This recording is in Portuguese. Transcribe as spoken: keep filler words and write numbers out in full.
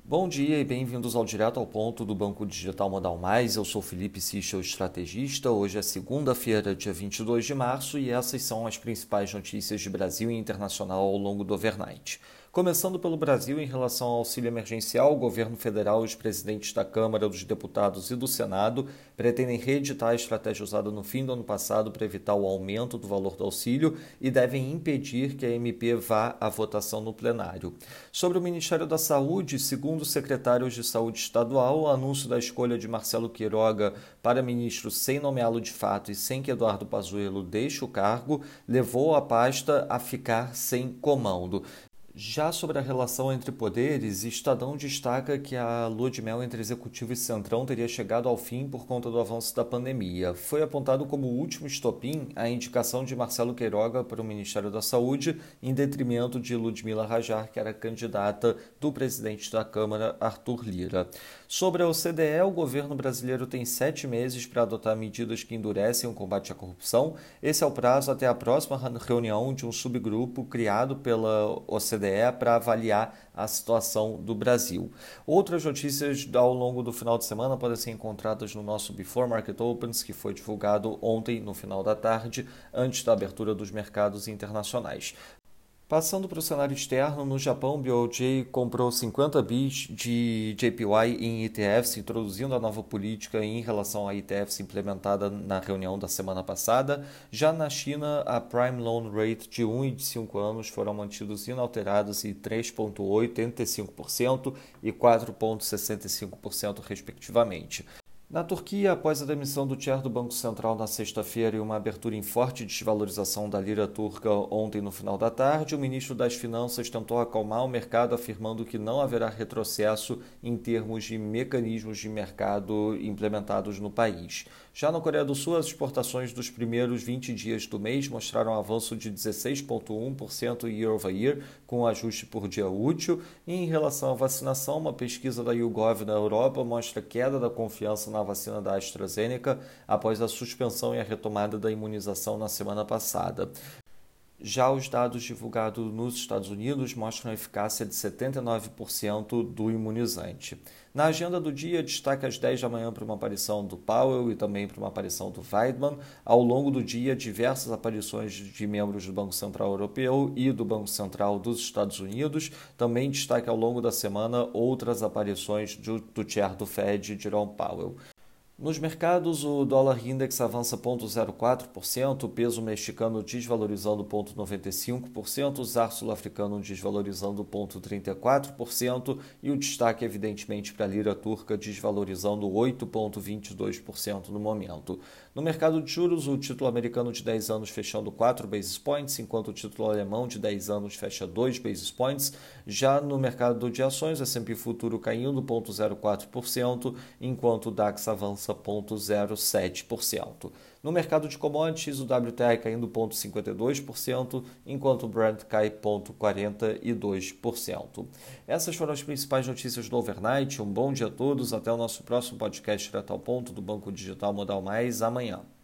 Bom dia e bem-vindos ao Direto ao Ponto do Banco Digital Modal Mais. Eu sou Felipe Sichel, estrategista. Hoje é segunda-feira, dia vinte e dois de março, e essas são as principais notícias de Brasil e internacional ao longo do overnight. Começando pelo Brasil, em relação ao auxílio emergencial, o governo federal e os presidentes da Câmara, dos Deputados e do Senado pretendem reeditar a estratégia usada no fim do ano passado para evitar o aumento do valor do auxílio e devem impedir que a M P vá à votação no plenário. Sobre o Ministério da Saúde, segundo os secretários de Saúde estadual, o anúncio da escolha de Marcelo Queiroga para ministro sem nomeá-lo de fato e sem que Eduardo Pazuello deixe o cargo levou a pasta a ficar sem comando. Já sobre a relação entre poderes, Estadão destaca que a lua de mel entre Executivo e Centrão teria chegado ao fim por conta do avanço da pandemia. Foi apontado como o último estopim a indicação de Marcelo Queiroga para o Ministério da Saúde, em detrimento de Ludmila Rajar, que era candidata do presidente da Câmara, Arthur Lira. Sobre a O C D E, o governo brasileiro tem sete meses para adotar medidas que endurecem o combate à corrupção. Esse é o prazo até a próxima reunião de um subgrupo criado pela O C D E para avaliar a situação do Brasil. Outras notícias ao longo do final de semana podem ser encontradas no nosso Before Market Opens, que foi divulgado ontem no final da tarde, antes da abertura dos mercados internacionais. Passando para o cenário externo, no Japão, o B O J comprou cinquenta bis de J P Y em E T Fs, introduzindo a nova política em relação a E T Fs implementada na reunião da semana passada. Já na China, a Prime Loan Rate de um e de cinco anos foram mantidos inalterados em três vírgula oitenta e cinco por cento e quatro vírgula sessenta e cinco por cento, respectivamente. Na Turquia, após a demissão do chair do Banco Central na sexta-feira e uma abertura em forte desvalorização da lira turca ontem no final da tarde, o ministro das Finanças tentou acalmar o mercado, afirmando que não haverá retrocesso em termos de mecanismos de mercado implementados no país. Já na Coreia do Sul, as exportações dos primeiros vinte dias do mês mostraram um avanço de dezesseis vírgula um por cento year over year, com ajuste por dia útil. E em relação à vacinação, uma pesquisa da YouGov na Europa mostra queda da confiança na vacina da AstraZeneca após a suspensão e a retomada da imunização na semana passada. Já os dados divulgados nos Estados Unidos mostram a eficácia de setenta e nove por cento do imunizante. Na agenda do dia, destaque às dez da manhã para uma aparição do Powell e também para uma aparição do Weidmann. Ao longo do dia, diversas aparições de membros do Banco Central Europeu e do Banco Central dos Estados Unidos. Também destaque ao longo da semana outras aparições do, do chair do Fed, Jerome Powell. Nos mercados, o dólar index avança zero vírgula zero quatro por cento, o peso mexicano desvalorizando zero vírgula noventa e cinco por cento, o zar sul-africano desvalorizando zero vírgula trinta e quatro por cento e o destaque, evidentemente, para a lira turca desvalorizando oito vírgula vinte e dois por cento no momento. No mercado de juros, o título americano de dez anos fechando quatro basis points, enquanto o título alemão de dez anos fecha dois basis points. Já no mercado de ações, o S and P futuro caindo zero vírgula zero quatro por cento, enquanto o DAX avança zero vírgula zero sete por cento. No mercado de commodities, o W T I caindo zero vírgula cinquenta e dois por cento, enquanto o Brent cai zero vírgula quarenta e dois por cento. Essas foram as principais notícias do overnight. Um bom dia a todos. Até o nosso próximo podcast Direto ao Ponto do Banco Digital Modal Mais amanhã.